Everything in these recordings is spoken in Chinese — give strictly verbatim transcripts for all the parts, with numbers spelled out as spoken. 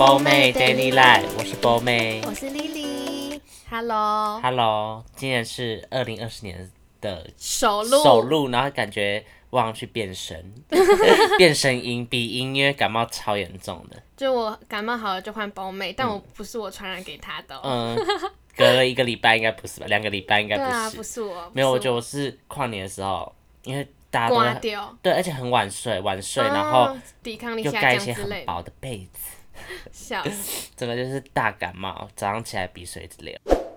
波妹 Daily Life， 我是波妹， 我是 Lily。Hello Hello， 今年是二零二零年的首录， 首录，然后感觉忘了去变声，变声音，鼻音，因为感冒超严重的。 就我感冒好了就换波妹，但我不是我传染给他的、哦。 嗯，隔了一个礼拜应该不是吧？两个礼拜应该不是。 对啊，不是我。 没有，我觉得我是跨年的时候，因为大家都刮掉， 对，而且很晚睡，晚睡， 哦、 然后抵抗力下又盖一些降之类的。 很薄的被子。 笑死！ 整个就是大感冒，早上起来鼻水一直流。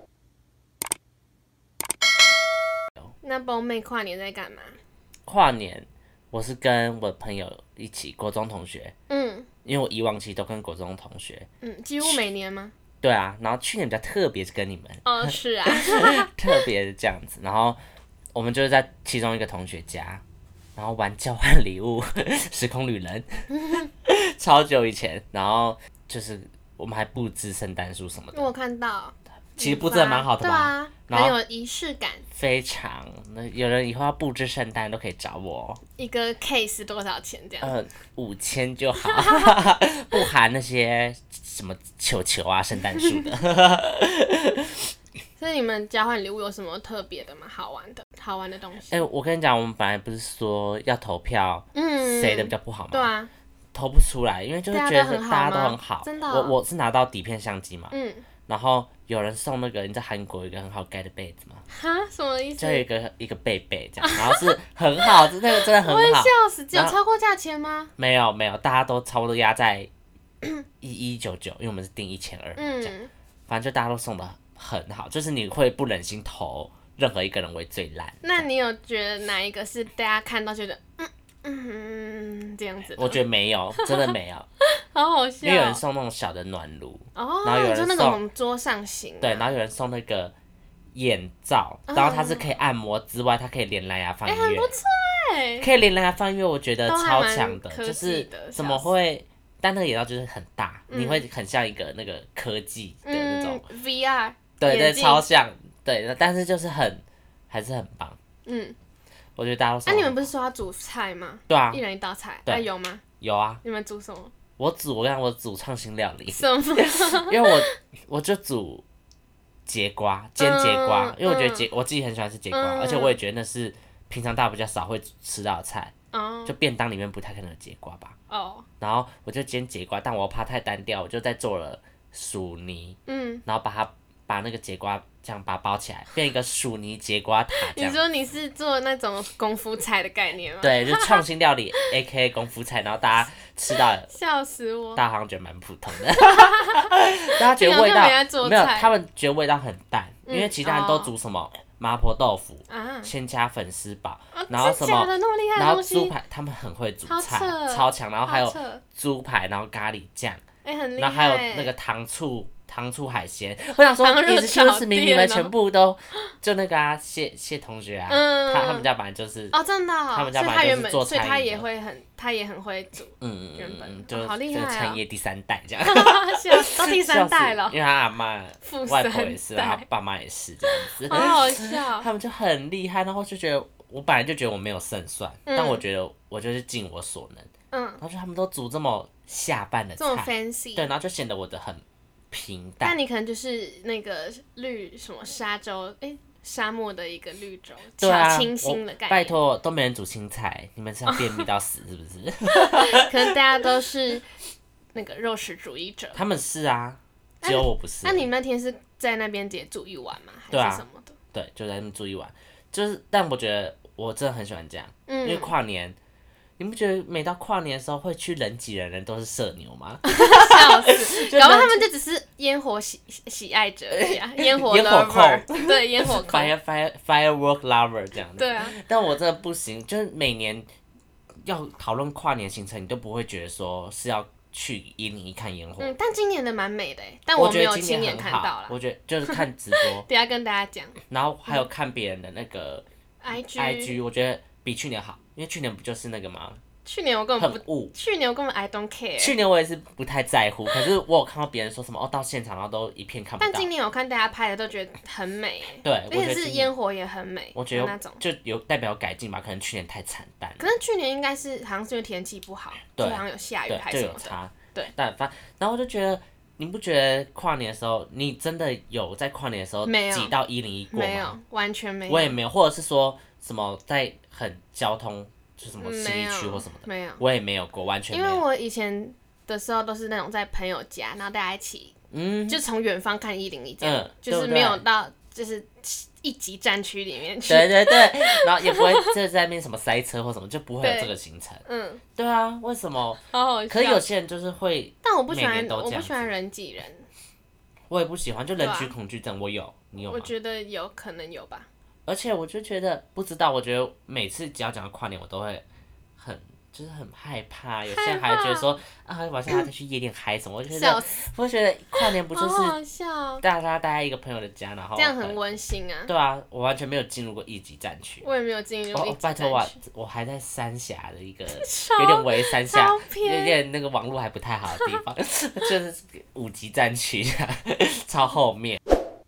那波妹跨年在干嘛？ 跨年，我是跟我朋友一起，国中同学。嗯，因为我以往其实都跟国中同学。 嗯，几乎每年吗？ 对啊，然后去年比较特别是跟你们。 哦，是啊， 特别是这样子，然后我们就是在其中一个同学家。然后玩交换礼物，时空旅人，超久以前，然后就是我们还布置圣诞树什么的。 我看到， 其实布置的蛮好的吧？ 对啊，很有仪式感。 非常，那有人以后要布置圣诞都可以找我。 一个 case 多少钱这样？ 呃，五千就好，不含那些什么球球啊、圣诞树的。 所以你们交换礼物有什么特别的吗？好玩的，好玩的东西？ 哎、欸，我跟你讲，我们本来不是说要投票，嗯，谁的比较不好吗？ 对啊， 投不出来，因为就是觉得大家都很好。 真的、 哦，我我是拿到底片相机嘛， 嗯， 然后有人送那个，你知道韩国有一个很好盖的被子吗？ 哈，什么意思？ 就有一个一个被被这样，然后是很好，那个真的很好。 我会笑死，只有超过价钱吗？ 没有没有，大家都差不多压在一一九九，因为我们是定一千二，嗯，反正就大家都送的很好，就是你会不忍心投任何一个人为最烂。 那你有觉得哪一个是大家看到觉得嗯嗯这样子？ 我觉得没有，真的没有， 好好笑。 因为有人送那种小的暖炉， 哦， 然后有人送那种桌上型、啊， 对，然后有人送那个眼罩，然后它是可以按摩之外，它可以连蓝牙放音乐， 欸、很不错哎， 可以连蓝牙放音乐，我觉得超强的， 的就是怎么会？但那个眼罩就是很大，嗯、你会很像一个那个科技的那种、 嗯、V R， 对对，超像，对，但是就是很还是很棒，嗯，我觉得大家都说。 那、啊、你们不是说要煮菜吗？ 对啊， 一人一道菜， 对、 啊，有吗？ 有啊。 你们煮什么？ 我煮，我跟我煮创新料理。 什么？ 因为我我就煮节瓜，煎节瓜，嗯、因为我觉得节、嗯、我自己很喜欢吃节瓜，嗯、而且我也觉得那是平常大家比较少会吃到的菜。哦、就便当里面不太可能有节瓜吧。哦。然后我就煎节瓜，但我怕太单调，我就再做了薯泥。嗯。然后把它把那个节瓜这样把它包起来，变一个薯泥节瓜塔。 你说你是做那种功夫菜的概念吗？ 对，就创新料理 ，A K A 功夫菜，然后大家吃到了， 笑死我！ 大家好像觉得蛮普通的，大家觉得味道没有，他们觉得味道很淡，嗯、因为其他人都煮什么。麻婆豆腐，啊、先加粉丝煲， 哦、 然后什么， 然后猪排，他们很会煮菜，超强，然后还有猪排，然后咖喱酱， 欸、 然后还有那个糖醋糖醋海鲜。我想说，意思就是明你们全部都就那个啊，谢谢同学啊，嗯、他他们家本来就是哦，真的、哦， 他们家本来就是做餐饮的，所以他也会很，他也很会煮，嗯原本就、哦、好厉害、哦、 产业第三代这样， 到第三代了， 因为他阿嬤、外婆也是，然后爸妈也是这样子， 好好笑， 他们就很厉害，然后就觉得我本来就觉得我没有胜算，嗯、但我觉得我就是尽我所能，嗯，然后就他们都煮这么下饭的菜， 这么 fancy， 对，然后就显得我的很平淡。 但你可能就是那个绿什么沙洲，哎、欸。沙漠的一个绿洲， 对啊， 清新的概念。 拜托，都没人煮青菜，你们是要便秘到死是不是？ 可能大家都是那个肉食主义者。 他们是啊，只有我不是。 那你那天是在那边直接住一晚吗？还是什么的？ 对、啊，对，就在那边住一晚。就是，但我觉得我真的很喜欢这样，嗯、因为跨年。你不觉得每到跨年的时候会去人挤人的人都是社牛吗？ 笑死！搞不好他们就只是烟火喜喜爱者而已啊，烟火 lover， 对，烟火控 ，fire fire firework lover 这样子。 对啊。 但我真的不行，就是每年要讨论跨年行程，你都不会觉得说是要去一零一看烟火。 嗯，但今年的蛮美的，但我没有亲眼看到啦。 我觉得就是看直播， 等一下跟大家讲。 然后还有看别人的那个 I G I G， 我觉得比去年好。因为去年不就是那个吗？ 去年我根本不， 雾去年我根本 I don't care。 去年我也是不太在乎，可是我有看到别人说什么哦，到现场然后都一片看不到。 但今年我看大家拍的都觉得很美， 对， 而且是烟火也很美， 我觉得那种就有代表改进吧，可能去年太惨淡了。 可是去年应该是好像是因为天气不好，就好像有下雨还是什么的。 对， 对， 但反然后我就觉得。你不觉得跨年的时候，你真的有在跨年的时候挤到一零一过吗？ 没有，完全没有。 我也没有，或者是说什么在很交通，就什么信义区或什么的， 没有， 我也没有过，完全没有。 因为我以前的时候都是那种在朋友家，然后大家一起，嗯，就从远方看一零一这样，嗯、就是没有到就是一级战区里面去。 对对对，然后也不会在在那边什么塞车或什么，就不会有这个行程。嗯，对啊，为什么？ 好好笑。 可是有些人就是会， 但我不喜欢，我不喜欢人挤人。 我也不喜欢，就人群恐惧症，我有，你有吗？ 我觉得有可能有吧。 而且我就觉得，不知道，我觉得每次只要讲到跨年，我都会很。就是很害怕，有些人还觉得说啊，晚上还再去夜店嗨什么，我觉得，我觉得跨年不就是大家待在一个朋友的家，然后这样很温馨啊。 对啊，我完全没有进入过一级战区。 我也没有进入过一级战区。 拜托我，我还在三峡的一个有点围三峡，有点那个网络还不太好的地方，就是五级战区，超后面。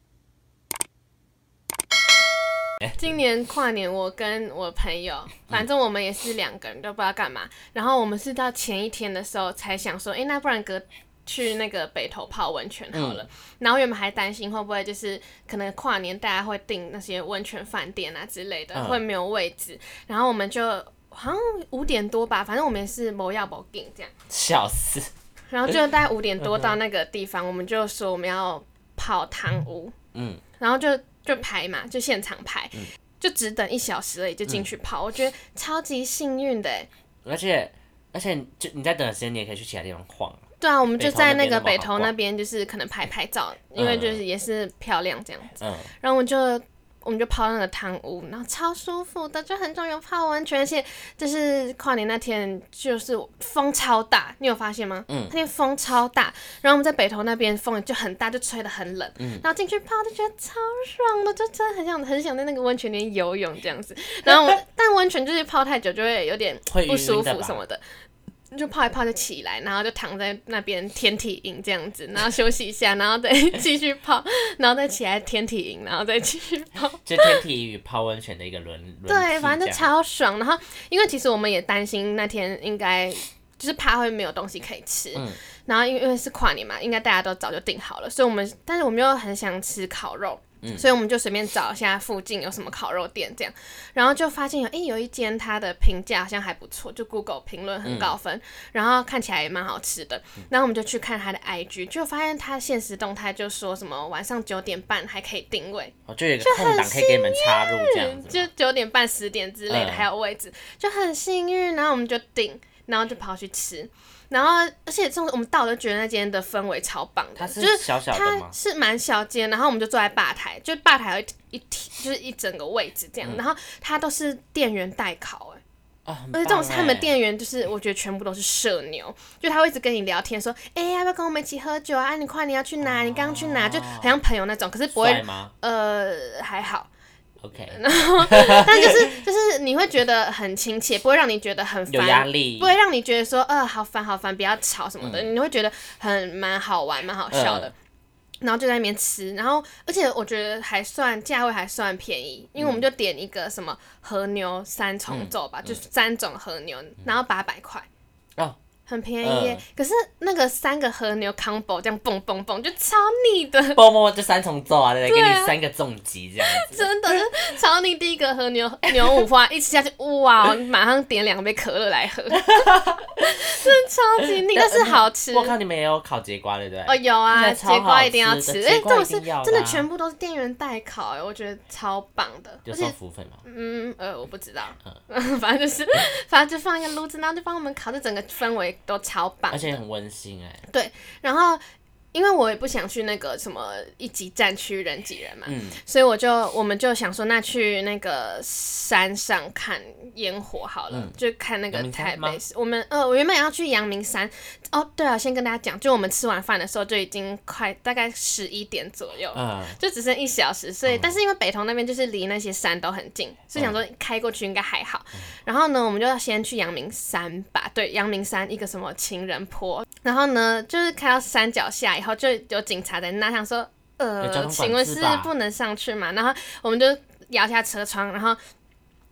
今年跨年，我跟我朋友，反正我们也是两个人，都不知道干嘛。然后我们是到前一天的时候才想说，哎、欸，那不然哥去那个北投泡温泉好了。嗯、然后原本还担心会不会就是可能跨年大家会订那些温泉饭店啊之类的，嗯、会没有位置。然后我们就好像五点多吧，反正我们也是没要没订这样。 笑死！ 然后就大概五点多到那个地方，我们就说我们要泡汤屋，嗯，然后就。就排嘛，就现场排，嗯、就只等一小时而已就进去泡，嗯、我觉得超级幸运的哎。 而且而且就你在等的时间，你也可以去其他地方晃。 对啊，我们就在那个北投那边，就是可能拍拍照，因为就是也是漂亮这样子。嗯、然后我们就。我们就泡那个汤屋，然后超舒服的，就很重要泡温泉，而且就是跨年那天就是风超大，你有发现吗？嗯，那天风超大，然后我们在北投那边风就很大，就吹得很冷，嗯，然后进去泡就觉得超爽的，就真的很想很想在那个温泉里游泳这样子，然后但温泉就是泡太久就会有点不舒服什么的。就泡一泡就起来，然后就躺在那边天体营这样子，然后休息一下，然后再继续泡，然后再起来天体营，然后再继续泡。 就天体与泡温泉的一个轮轮。 对，反正就超爽。然后因为其实我们也担心那天应该就是怕会没有东西可以吃，嗯、然后因为因为是跨年嘛，应该大家都早就订好了，所以我们但是我们又很想吃烤肉。嗯、所以我们就随便找一下附近有什么烤肉店这样，然后就发现有哎、欸、有一间它的评价好像还不错，就 Google 评论很高分，嗯、然后看起来也蛮好吃的，然后我们就去看它的 I G， 就发现它限时动态就说什么晚上九点半还可以定位， 哦，就有一个空档可以给你们插入这样子， 就九点半十点之类的、嗯、还有位置，就很幸运，然后我们就订，然后就跑去吃。然后，而且这我们到了就觉得那间的氛围超棒的， 它是小小的吗？ 就是它是蛮小间，然后我们就坐在吧台，就吧台有一一就是一整个位置这样，嗯、然后它都是店员代烤哎、欸，哦、而且这种他们店员就是我觉得全部都是社牛，就他会一直跟你聊天说，哎、欸，要不要跟我们一起喝酒啊？你快点要去哪？你刚刚去哪？就很像朋友那种，可是不会，呃，还好。 OK， 然后但就是就是你会觉得很亲切，不会让你觉得很烦， 有压力， 不会让你觉得说呃好烦好烦，不要吵什么的，嗯、你会觉得很蛮好玩蛮好笑的。嗯、然后就在那边吃，然后而且我觉得还算价位还算便宜，因为我们就点一个什么和牛三重奏吧，嗯、就三种和牛，嗯、然后八百块。哦。很便宜耶，嗯、可是那个三个和牛 combo 这样蹦蹦蹦就超腻的， 蹦蹦就三重奏啊，对，给你三个重击这样子， 真的是超腻。第一个和牛牛五花一吃下去，哇，马上点两杯可乐来喝，真的超级腻，但是好吃。 我看你们也有烤节瓜，对不对？ 哦，有啊，节瓜一定要吃，哎，这种是真的全部都是店员代烤，哎，我觉得超棒的。 有收服务费吗？ 嗯呃，我不知道，嗯、反正就是反正就放一个炉子，然后就帮我们烤，这整个氛围都超棒， 而且很温馨哎。 对，然后因为我也不想去那个什么一级战区人挤人嘛，嗯、所以我就我们就想说，那去那个山上看烟火好了，嗯、就看那个台北市。我们呃，我原本要去阳明山。哦，对啊，先跟大家讲，就我们吃完饭的时候就已经快大概十一点左右，嗯、就只剩一小时，所以、嗯、但是因为北投那边就是离那些山都很近，所以想说开过去应该还好。嗯、然后呢，我们就要先去阳明山吧，对，阳明山一个什么情人坡，然后呢，就是开到山脚下以后，就有警察在那想说，呃，请问是不能上去嘛？然后我们就摇下车窗，然后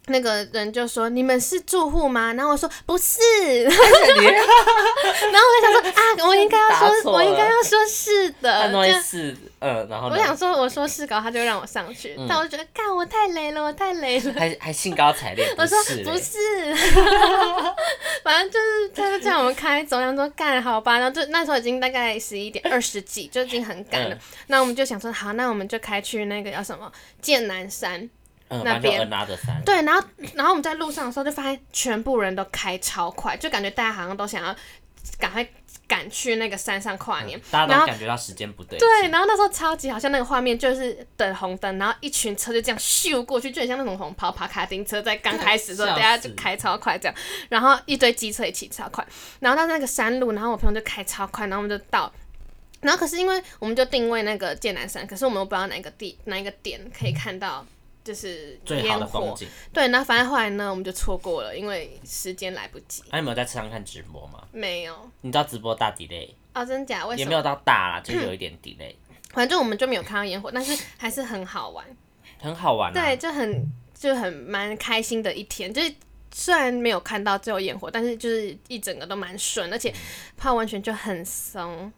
那个人就说你们是住户吗？然后我说不是，然后我就想说啊，我应该要说，我应该要说是的， 是，嗯，然后我想说我说是搞，他就让我上去，嗯、但我就觉得干我太雷了，我太雷了， 还还兴高采烈， 我说不是，反正就是他就叫我们开走，想说干好吧，然后就那时候已经大概十一点二十几，就已经很赶了，嗯、那我们就想说好，那我们就开去那个叫什么剑南山。 嗯、 那边对，然后然后我们在路上的时候就发现全部人都开超快，就感觉大家好像都想要赶快赶去那个山上跨年，嗯、 大家都感觉到时间不对。 对，然后那时候超级好像那个画面就是等红灯，然后一群车就这样咻过去，就很像那种红跑跑卡丁车在刚开始的时候，大家就开超快这样，然后一堆机车也骑超快，然后到那个山路，然后我朋友就开超快，然后我们就到。然后可是因为我们就定位那个剑南山，可是我们又不知道哪个地哪一个点可以看到。就是烟火，对，然后反正后来呢，我们就错过了，因为时间来不及。 那、啊、你有没有在车上看直播吗？ 没有。 你知道直播大 delay？ 哦，真假？为什么？ 也没有到大啦，就有一点 delay。 反正我们就没有看到烟火，但是还是很好玩。 很好玩、啊。 对，就很就很蛮开心的一天，就是虽然没有看到最后烟火，但是就是一整个都蛮顺，而且泡温泉就很松。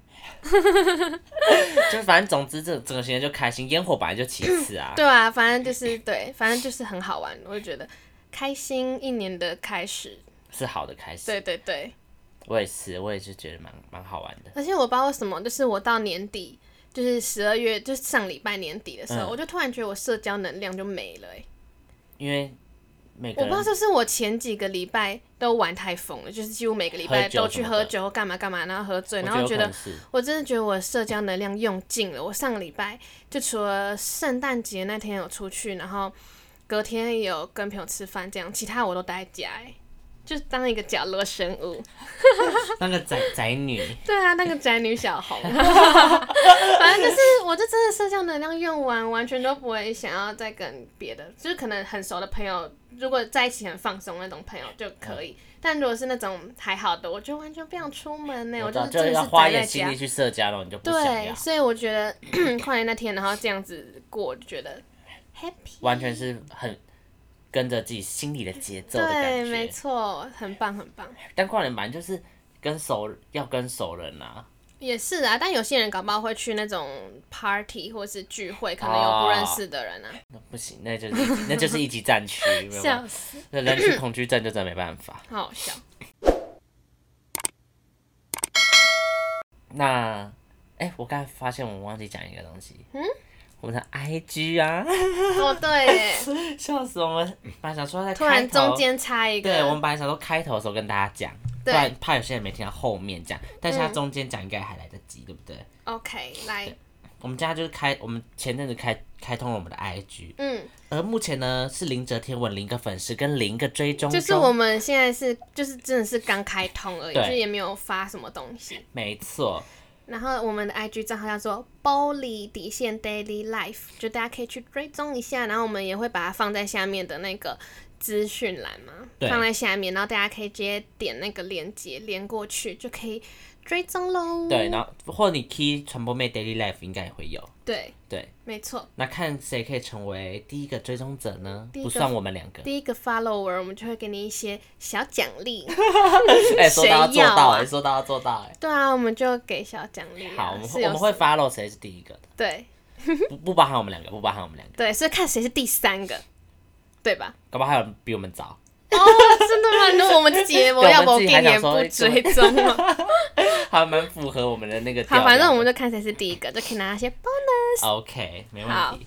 就反正总之这整个行程就开心，烟火本来就其次啊。 对啊，反正就是对，反正就是很好玩，我就觉得开心一年的开始是好的开始。 对对对， 我也是，我也是觉得蛮蛮好玩的。 而且我不知道为什么，就是我到年底，就是十二月，就是上礼拜年底的时候，嗯、我就突然觉得我社交能量就没了、欸， 因为。我不知道是不是我前几个礼拜都玩太疯了，就是几乎每个礼拜都去喝酒干嘛干嘛，然后喝醉，然后觉得我真的觉得我的社交能量用尽了。我上个礼拜就除了圣诞节那天有出去，然后隔天也有跟朋友吃饭，这样其他我都待在家、欸，就当一个角落生物， 那个宅宅女。 对啊，那个宅女小红。反正就是，我就真的社交能量用完，完全都不会想要再跟别的，就是可能很熟的朋友，如果在一起很放松那种朋友就可以。嗯、但如果是那种还好的，我就完全不想出门呢、欸。我就是真的是宅在家， 要花一点心力去社交了，你就不想要。 对，所以我觉得跨年那天，然后这样子过，我就觉得 happy， 完全是很。跟着自己心里的节奏的感觉， 对，没错，很棒很棒。 但跨年版就是跟熟要跟熟人啊， 也是啊。但有些人搞不好会去那种 party 或是聚会，可能有不认识的人啊。哦、 那不行，那就是一级那就是一级战区， 笑死！ 人去恐惧症就真的没办法。 好好笑。 那，哎、欸，我刚才发现我们忘记讲一个东西。嗯。我们的 I G 啊， 哦对耶， 笑死我们！本来想说在突然中间插一个， 对，我们本来想说开头的时候跟大家讲，不然怕有些人没听到后面讲，但是他中间讲应该还来得及，嗯、对不对 ？OK， 来， 我们家就是开，我们前阵子开开通了我们的 I G， 嗯，而目前呢是零则天文零个粉丝跟零个追踪， 就是我们现在是就是真的是刚开通而已，就也没有发什么东西， 没错。 然后我们的 I G 账号叫做 Bolly 底线 Daily Life， 就大家可以去追踪一下，然后我们也会把它放在下面的那个资讯栏嘛，放在下面，然后大家可以直接点那个链接连过去，就可以追踪喽。 对，然后或者你 key 传播妹 Daily Life 应该也会有。对对， 没错。 那看谁可以成为第一个追踪者呢？不算我们两个。 第一个 follower 我们就会给你一些小奖励。 哎、欸，说到要做到哎、欸，说到要做到哎、欸。 对啊，我们就给小奖励、啊。 好，我们我们会 follow 谁是第一个的。 对。 不不包含我们两个，不包含我们两个。 对，所以看谁是第三个，对吧？ 搞不好还有人比我们早。 哦，真的吗？那我们节目要不给也不追踪吗？ 还蛮符合我们的那个。 好，反正我们就看谁是第一个，就可以拿那些 bonus。 OK， 没问题。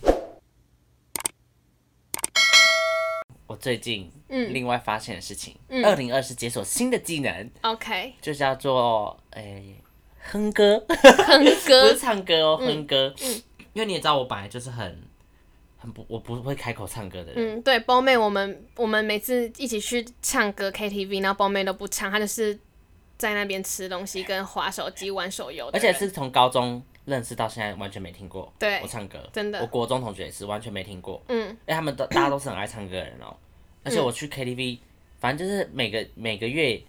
我最近另外发现的事情，二零二是解锁新的技能。 OK， 就叫做诶、欸、哼歌， 哼歌不是唱歌哦，哼歌。嗯，因为你也知道，我本来就是很。不，我不会开口唱歌的人。 嗯，对，包妹，我们我们每次一起去唱歌 K T V， 然后包妹都不唱，她就是在那边吃东西跟滑手机玩手游的人。 而且是从高中认识到现在，完全没听过。 对， 我唱歌， 真的。 我国中同学也是完全没听过。嗯，因为他们都大家都是很爱唱歌的人哦、喔。而且我去 K T V， 反正就是每个每个月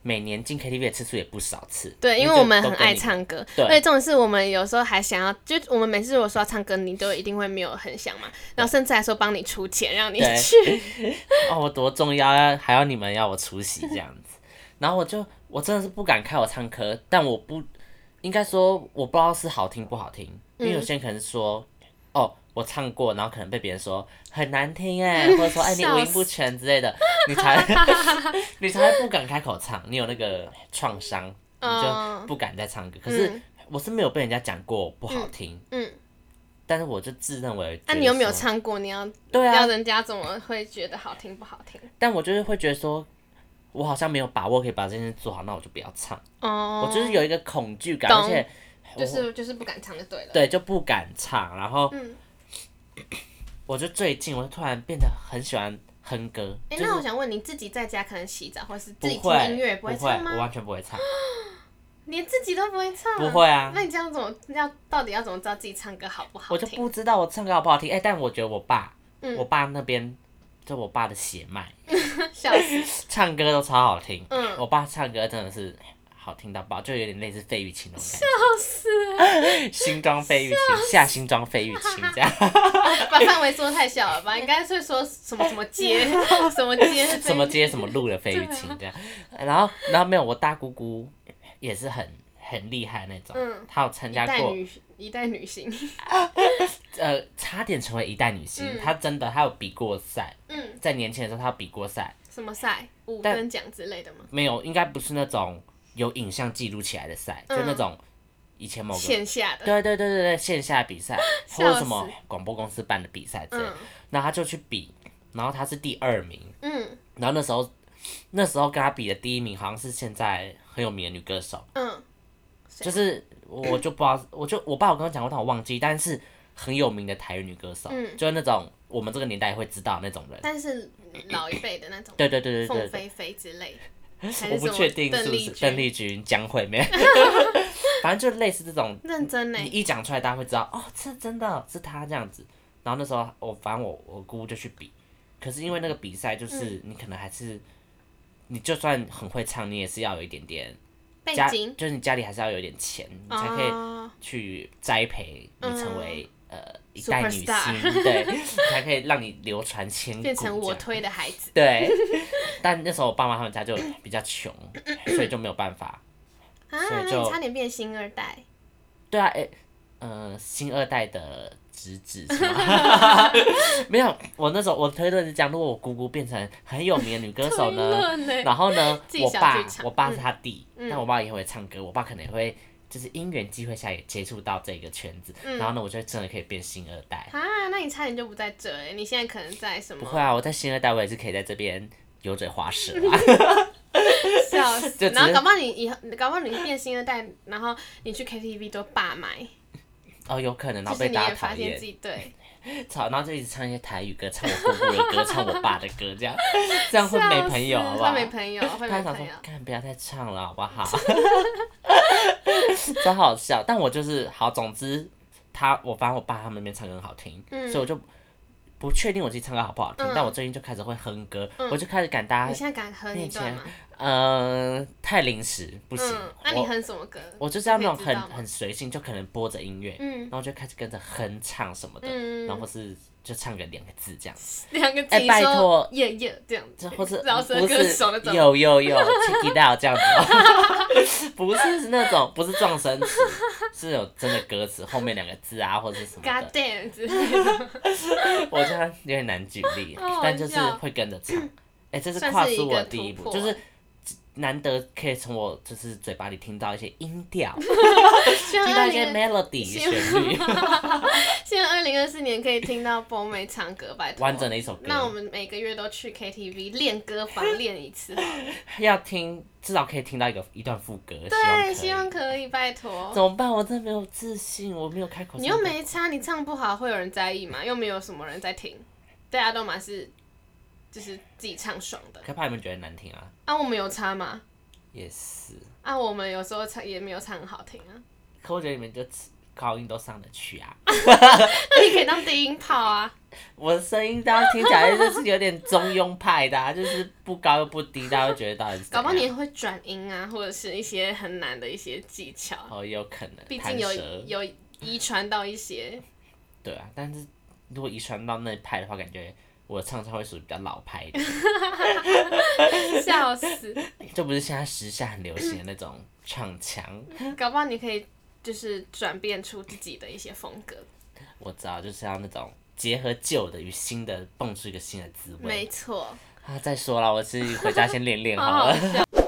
每年进 K T V 的次数也不少次。 对，因为我们很爱唱歌， 对， 而且重点是我们有时候还想要，就我们每次如果说要唱歌，你都一定会没有很想嘛，然后甚至还说帮你出钱让你去。 哦，我多重要，还要你们要我出席这样子，然后我就我真的是不敢开我唱歌，但我不应该说我不知道是好听不好听，因为有些人可能说、嗯、哦。我唱过，然后可能被别人说很难听哎，或者说哎你五音不全之类的，你才你才不敢开口唱，你有那个创伤，你就不敢再唱歌。可是我是没有被人家讲过不好听，嗯，嗯但是我就自认为， 那、啊、你有没有唱过？你要对啊，要人家怎么会觉得好听不好听？ 但我就是会觉得说，我好像没有把握可以把这件事做好，那我就不要唱。哦，我就是有一个恐惧感，而且就是就是不敢唱就对了， 对，就不敢唱，然后。嗯我就最近，我就突然变得很喜欢哼歌。 哎、欸就是， 那我想问你，自己在家可能洗澡或是自己听音乐，不会唱吗？ 我完全不会唱， 连自己都不会唱。 不会啊。 那你这样怎么要到底要怎么知道自己唱歌好不好听？ 我就不知道我唱歌好不好听。哎、欸，但我觉得我爸，嗯、我爸那边就我爸的血脉， 笑死， 唱歌都超好听。嗯，我爸唱歌真的是。好听到爆，就有点类似费玉清那种感觉。 笑死！ 新庄费玉清，下新庄费玉清这样。 把范围说太小了吧？应该是说什么什么街，什么街， 什么街什么路的费玉清这样。然后，然后没有，我大姑姑也是很很厉害那种。嗯。她有参加过。 一代女一代女星。 呃，差点成为一代女星。嗯、她真的，她有比过赛。嗯。在年前的时候，她有比过赛。 什么赛？五等奖之类的吗？ 没有，应该不是那种。有影像记录起来的赛，嗯、就那种以前某个线下的， 对对对对对，线下比赛或者什么广播公司办的比赛之类，嗯、然後他就去比，然后他是第二名，嗯，然后那时候那时候跟他比的第一名好像是现在很有名的女歌手，嗯，就是我就不知道，我就我爸有跟我讲过，但我忘记，但是很有名的台语女歌手，嗯，就是那种我们这个年代也会知道那种人， 但是老一辈的那种， 对对对对对， 凤飞飞之类的。 我不确定是不是邓丽君、江惠妹，反正就类似这种。 认真呢， 你一讲出来，大家会知道哦，这真的是他这样子。然后那时候我反正我我姑就去比，可是因为那个比赛就是你可能还是，你就算很会唱，你也是要有一点点家，就是你家里还是要有一点钱，你才可以去栽培你成为、嗯、呃一代女星，对，才可以让你流传千古， 变成我推的孩子。 对，但那时候我爸妈他们家就比较穷，所以就没有办法。 啊，所以就那你差点变星二代。 对啊，哎、欸，呃，星二代的侄子是吗？没有，我那时候我推论是讲，如果我姑姑变成很有名的女歌手呢，然后呢，我爸我爸是他弟，嗯、但我爸也会唱歌，我爸可能也会。就是因缘机会下也接触到这个圈子，嗯、然后呢，我就真的可以变星二代啊！那你差点就不在这哎，你现在可能在什么？ 不会啊，我在星二代，我也是可以在这边油嘴滑舌啊。 笑死！然后搞不好你以后，搞不好你变星二代，然后你去 K T V 都霸麦。 哦，有可能，然后被大家讨厌。 对。 吵，然后就一直唱一些台语歌，唱我姑姑的歌，唱我爸的歌，这样，这样会没朋友，好不好？ 会没朋友，会没朋友。 看，不要再唱了，好不好？真好笑，但我就是好，总之他，我反正我爸他们那边唱歌很好听，嗯、所以我就不确定我自己唱歌好不好听，嗯、但我最近就开始会哼歌，嗯、我就开始赶大家。 你现在敢哼一段吗？ 嗯、呃，太临时不行。嗯、 那你哼什么歌？ 我就是要那种很很随性，就可能播着音乐，嗯、然后就开始跟着哼唱什么的，嗯、然后或是就唱个两个字这样。 两个字。 哎、欸，拜托， 耶耶这样子， 或是饶舌歌手那种。 有有有 ，check it out 这样子。不是是那种，不是撞声词，是有真的歌词后面两个字啊，或者是什么的。 God damn 之类的。 我这样有点难举例，但就是会跟着唱。哎、欸，这是跨出我的第一步，就是难得可以从我就是嘴巴里听到一些音调，听到一些 melody 旋律。 希望二零二四年可以听到波妹唱歌，拜托。 完整的一首歌。 那我们每个月都去 K T V 练歌房练一次好了。 要听，至少可以听到一个一段副歌。 对，希望可以，拜托。 怎么办？我真的没有自信，我没有开口。 你又没差，你唱不好会有人在意吗？又没有什么人在听，大家都嘛是。就是自己唱爽的， 可怕你们觉得难听啊？ 啊，我们有差吗？ 也是。 啊，我们有时候唱也没有唱很好听啊。 可我觉得你们就高音都上得去啊。 那你可以当低音炮啊。 我的声音大家听起来就是有点中庸派的、啊，就是不高又不低，大家会觉得到底是怎样。 搞不好你也会转音啊，或者是一些很难的一些技巧。 哦，有可能。 毕竟有有遗传到一些。 对啊，但是如果遗传到那一派的话，感觉我的唱腔会属于比较老派的。 笑死！ 就不是现在时下很流行的那种唱腔。 搞不好你可以就是转变出自己的一些风格。 我知道，就是要那种结合旧的与新的，蹦出一个新的滋味。 没错。 啊，再说了，我是回家先练练好了。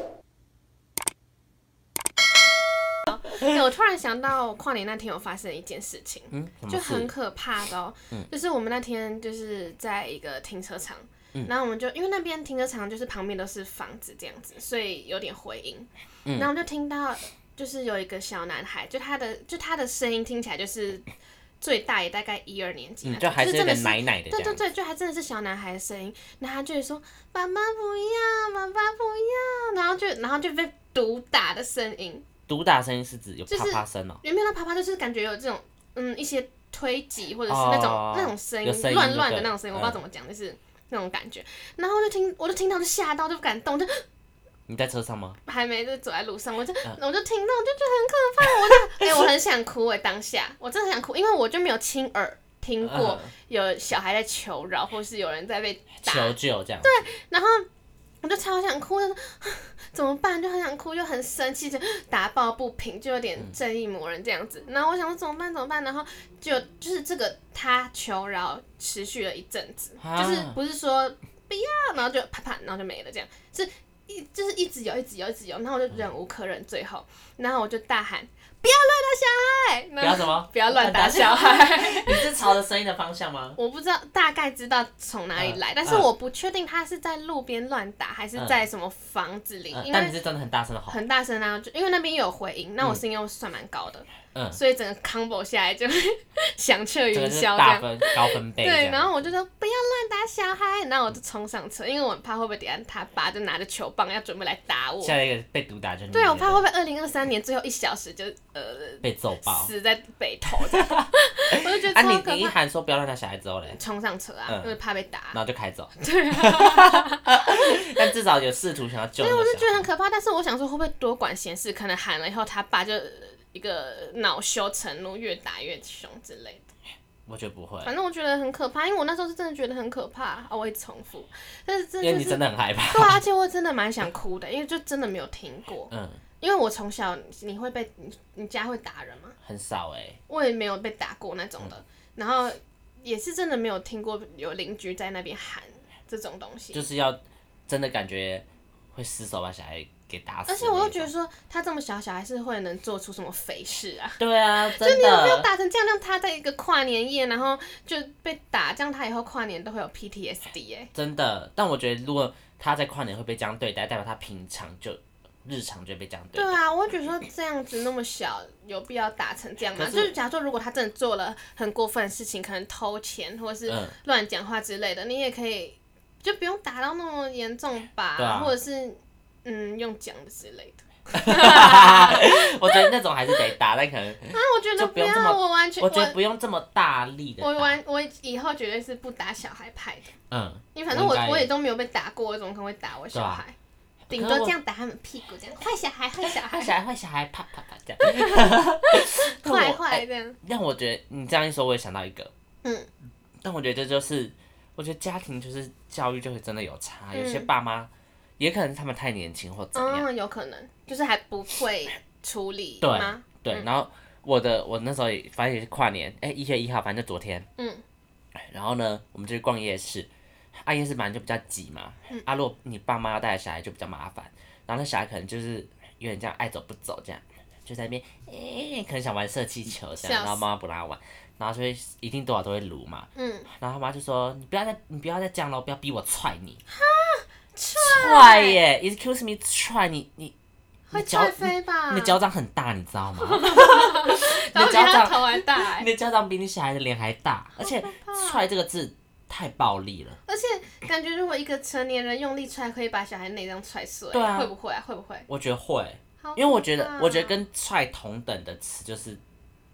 欸、我突然想到跨年那天有发生一件事情， 嗯、 就很可怕的哦、喔嗯。就是我们那天就是在一个停车场，嗯、然后我们就因为那边停车场就是旁边都是房子这样子，所以有点回音。嗯、然后就听到就是有一个小男孩，就他的就他的声音听起来就是最大也大概一二年级、嗯， 就还是有点奶奶的这样。 对对对，就还真的是小男孩的声音。然后他就会说：“爸爸不要，爸爸不要。”然后就然后就被毒打的声音。 毒打声音是指有啪啪声哦， 有没有那啪啪，就是感觉有这种嗯一些推挤或者是那种、哦、那种声音，乱乱的那种声音，我不知道怎么讲，就是那种感觉。然后我就听，我就听到就吓到，就不敢动，就。 你在车上吗？ 还没，就走在路上，我就、嗯、我就听到，我就觉得很可怕，我就哎、欸，我很想哭哎、欸，当下我真的很想哭，因为我就没有亲耳听过有小孩在求饶，或是有人在被打求救这样。 对，然后。我就超想哭，就说怎么办？就很想哭，就很生气，就打抱不平，就有点正义魔人这样子。然后我想说怎么办？怎么办？然后就就是这个他求饶持续了一阵子，就是不是说不要，然后就啪啪，然后就没了这样，是一就是一直有，一直有，一直有。然后我就忍无可忍，最后，然后我就大喊。不要乱打小孩！ 不要什么？ 不要乱打小孩！ 你是朝着声音的方向吗？ 我不知道，大概知道从哪里来，嗯、但是我不确定他是在路边乱打，还是在什么房子里。 嗯、但你是真的很大声的吼。 很大声啊！就因为那边有回音，那我声音又算蛮高的，嗯，所以整个 combo 下来就响彻云霄， 大分高分贝。 对，然后我就说不要乱打小孩，然后我就冲上车，因为我很怕会不会等下他爸就拿着球棒要准备来打我。 下一个被毒打就你。 对，我怕会不会二零二三年最后一小时就呃被揍爆， 死在北投这样。我就觉得超可怕。 啊，你你一喊说不要乱打小孩之后嘞， 冲上车啊，嗯、因为怕被打， 然后就开走。 对啊。 但至少有試圖想要救那個小孩。所以我就覺得很可怕，但是我想說會不會多管閒事，可能喊了以後他爸就一個惱羞成怒，越打越兇之類的。 我覺得不會。 反正我覺得很可怕，因為我那時候是真的覺得很可怕啊，我會重複。但是真的、就是、 因為你真的很害怕。 對啊，而且我真的蠻想哭的，因為就真的沒有聽過。嗯。因為我從小你會被你你家會打人嗎？ 很少哎、欸。 我也沒有被打過那種的，嗯、然後也是真的沒有聽過有鄰居在那邊喊這種東西。 就是要真的感覺會失手把小孩給打死。 而且我又覺得說他這麼小小孩是會能做出什麼匪事啊？ 對啊，真的。 就你有沒有打成這樣，讓他在一個跨年夜，然後就被打，這樣他以後跨年都會有 P T S D 哎、欸。 真的，但我覺得如果他在跨年會被這樣對待，代表他平常就日常就會被這樣對待。 對啊，我會覺得說這樣子那麼小，有必要打成這樣嗎？是就是假如說如果他真的做了很過分的事情，可能偷錢或者是亂講話之類的，嗯、你也可以就不用打到那麼嚴重吧，啊、或者是嗯用講的之類的。 我覺得那種還是得打，但可能啊，我覺得不要，我完全我覺得不用這麼大力的打。 我完我以後絕對是不打小孩派的。嗯，因為反正我我也都沒有被打過，我怎麼可能會打我小孩？頂多這樣打他們屁股，這樣壞小孩，壞小孩， 壞小孩，壞小孩，啪啪啪這樣， 壞壞這樣。 但我覺得你這樣一說，我也想到一個，嗯，但我覺得這就是，我覺得家庭就是教育就會真的有差，嗯、有些爸媽也可能是他們太年輕或怎樣， 嗯，有可能就是還不會處理對嗎？ 對，嗯、然後我的我那時候也反正也是跨年，哎、欸，一月一號，反正就昨天，嗯，然後呢，我們就去逛夜市。啊，夜市本來就比較擠嘛，嗯、啊，如果你爸媽要帶小孩就比較麻煩，然後那小孩可能就是有點這樣愛走不走這樣，就在那邊，誒、欸，可能想玩射氣球這樣，然後媽媽不讓他玩，然後就會一定多少都會盧嘛，嗯，然後他媽就說你不要再你不要再這樣了，不要逼我踹你， 哈， 踹耶 ，excuse me， 踹你你， 會踹飛吧？ 你的腳掌很大，你知道嗎？ 你的腳掌頭還大、欸， 你的腳掌比你小孩的臉還大，而且踹這個字。太暴力了， 而且感覺如果一個成年人用力踹，可以把小孩內臟踹碎， 對啊， 會不會啊？會不會？ 我覺得會，因為我覺得，我覺得跟踹同等的詞就是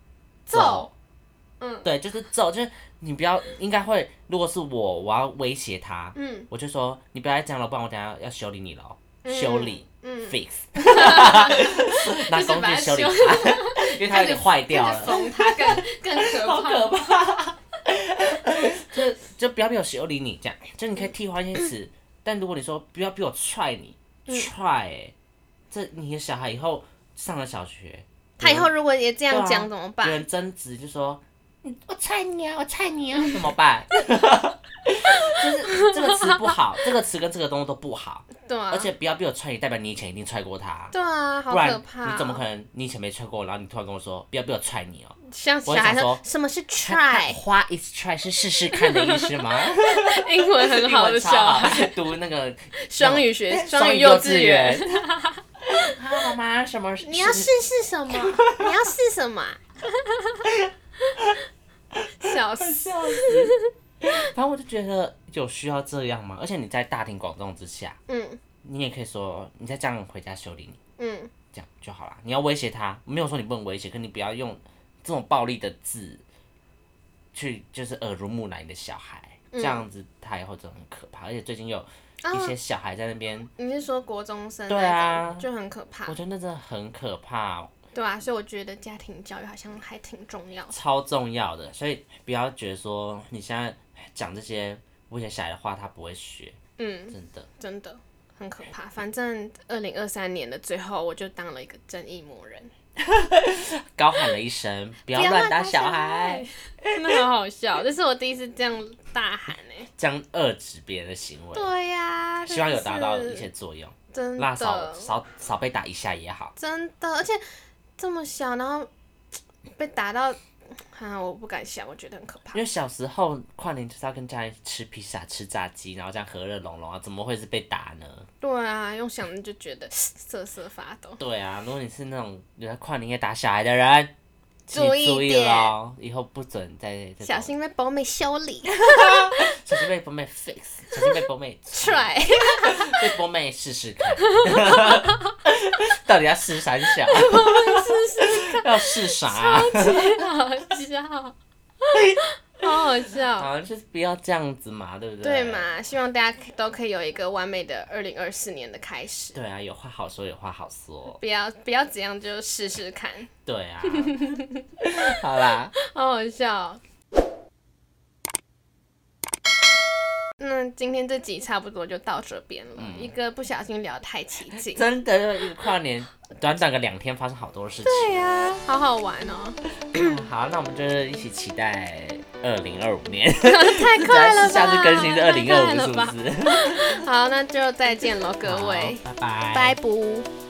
揍。嗯，对，就是揍，就是你不要，应该会，如果是我，我要威胁他，嗯，我就说你不要再这样了，不然我等一下要修理你了，嗯、修理、嗯、，fix， 拿工具修理他，因为他有点坏掉了， 封他更更可怕， 好可怕。就就不要逼我修理你，这样，就你可以替换一些词，但如果你说不要逼我踹你，踹、欸，这你的小孩以后上了小学， 他以后如果也这样讲、啊、怎么办？ 有人争执就说，我踹你啊，我踹你啊，怎么办？就是这个词不好，这个词跟这个东西都不好。 对啊。 而且不要逼我踹你，代表你以前一定踹过他。 对啊，好可怕、喔。 不然你怎么可能你以前没踹过，然后你突然跟我说不要逼我踹你哦、喔？ 像小孩说什么是 try？ What is try 是试试看的意思吗？ 英文很好的小孩， 读那个双语学双语幼稚园。 妈妈，什么？ 你要试试什么？你要试什么？笑死！ 笑死！反正我就觉得有需要这样吗？而且你在大庭广众之下，嗯，你也可以说你再这样回家修理你，嗯，这样就好了。你要威胁他，没有说你不能威胁，可你不要用这种暴力的字去就是耳濡目染你的小孩，嗯、这样子他以后真的很可怕。而且最近有一些小孩在那边、啊， 你是说国中生？ 对啊， 就很可怕。 我觉得那真的很可怕。 对啊，所以我觉得家庭教育好像还挺重要的， 超重要的。所以不要觉得说你现在讲这些威胁小孩的话，他不会学。嗯，真的， 真的很可怕。反正二零二三年的最后，我就当了一个正义魔人， 高喊了一声“不要乱打小孩”， 真的很好笑。这是我第一次这样大喊哎、欸， 这样遏制别人的行为。 对呀、啊， 希望有达到一些作用。 真的， 那少少少被打一下也好。 真的，而且这么小，然后被打到，啊，我不敢想，我觉得很可怕。 因为小时候跨年就是要跟家里吃披萨、吃炸鸡，然后这样和乐融融啊，怎么会是被打呢？ 对啊，用想就觉得瑟瑟发抖。 对啊，如果你是那种有在跨年夜打小孩的人， 注意注意咯，以后不准再小心被宝妹修理， 小心被宝妹 fix， 小心被宝妹 try， 被宝妹试试看，到底要试三小？ 试试看， 要试啥、啊？ 超级好笑，好好笑。 好，就是不要这样子嘛，对不对？ 对嘛，希望大家都可以有一个完美的二零二四年的开始。 对啊，有话好说，有话好说。 不要不要怎样就试试看。 对啊。好啦， 好好笑。那今天这集差不多就到这边了，嗯、一个不小心聊太起劲， 真的，一个跨年短短个两天发生好多事情。 对呀、啊，好好玩哦。 好，那我们就一起期待二零二五年。 太快了吧！ 下次更新是二零二五，是不是？ 好，那就再见喽，各位， 拜拜， 拜拜。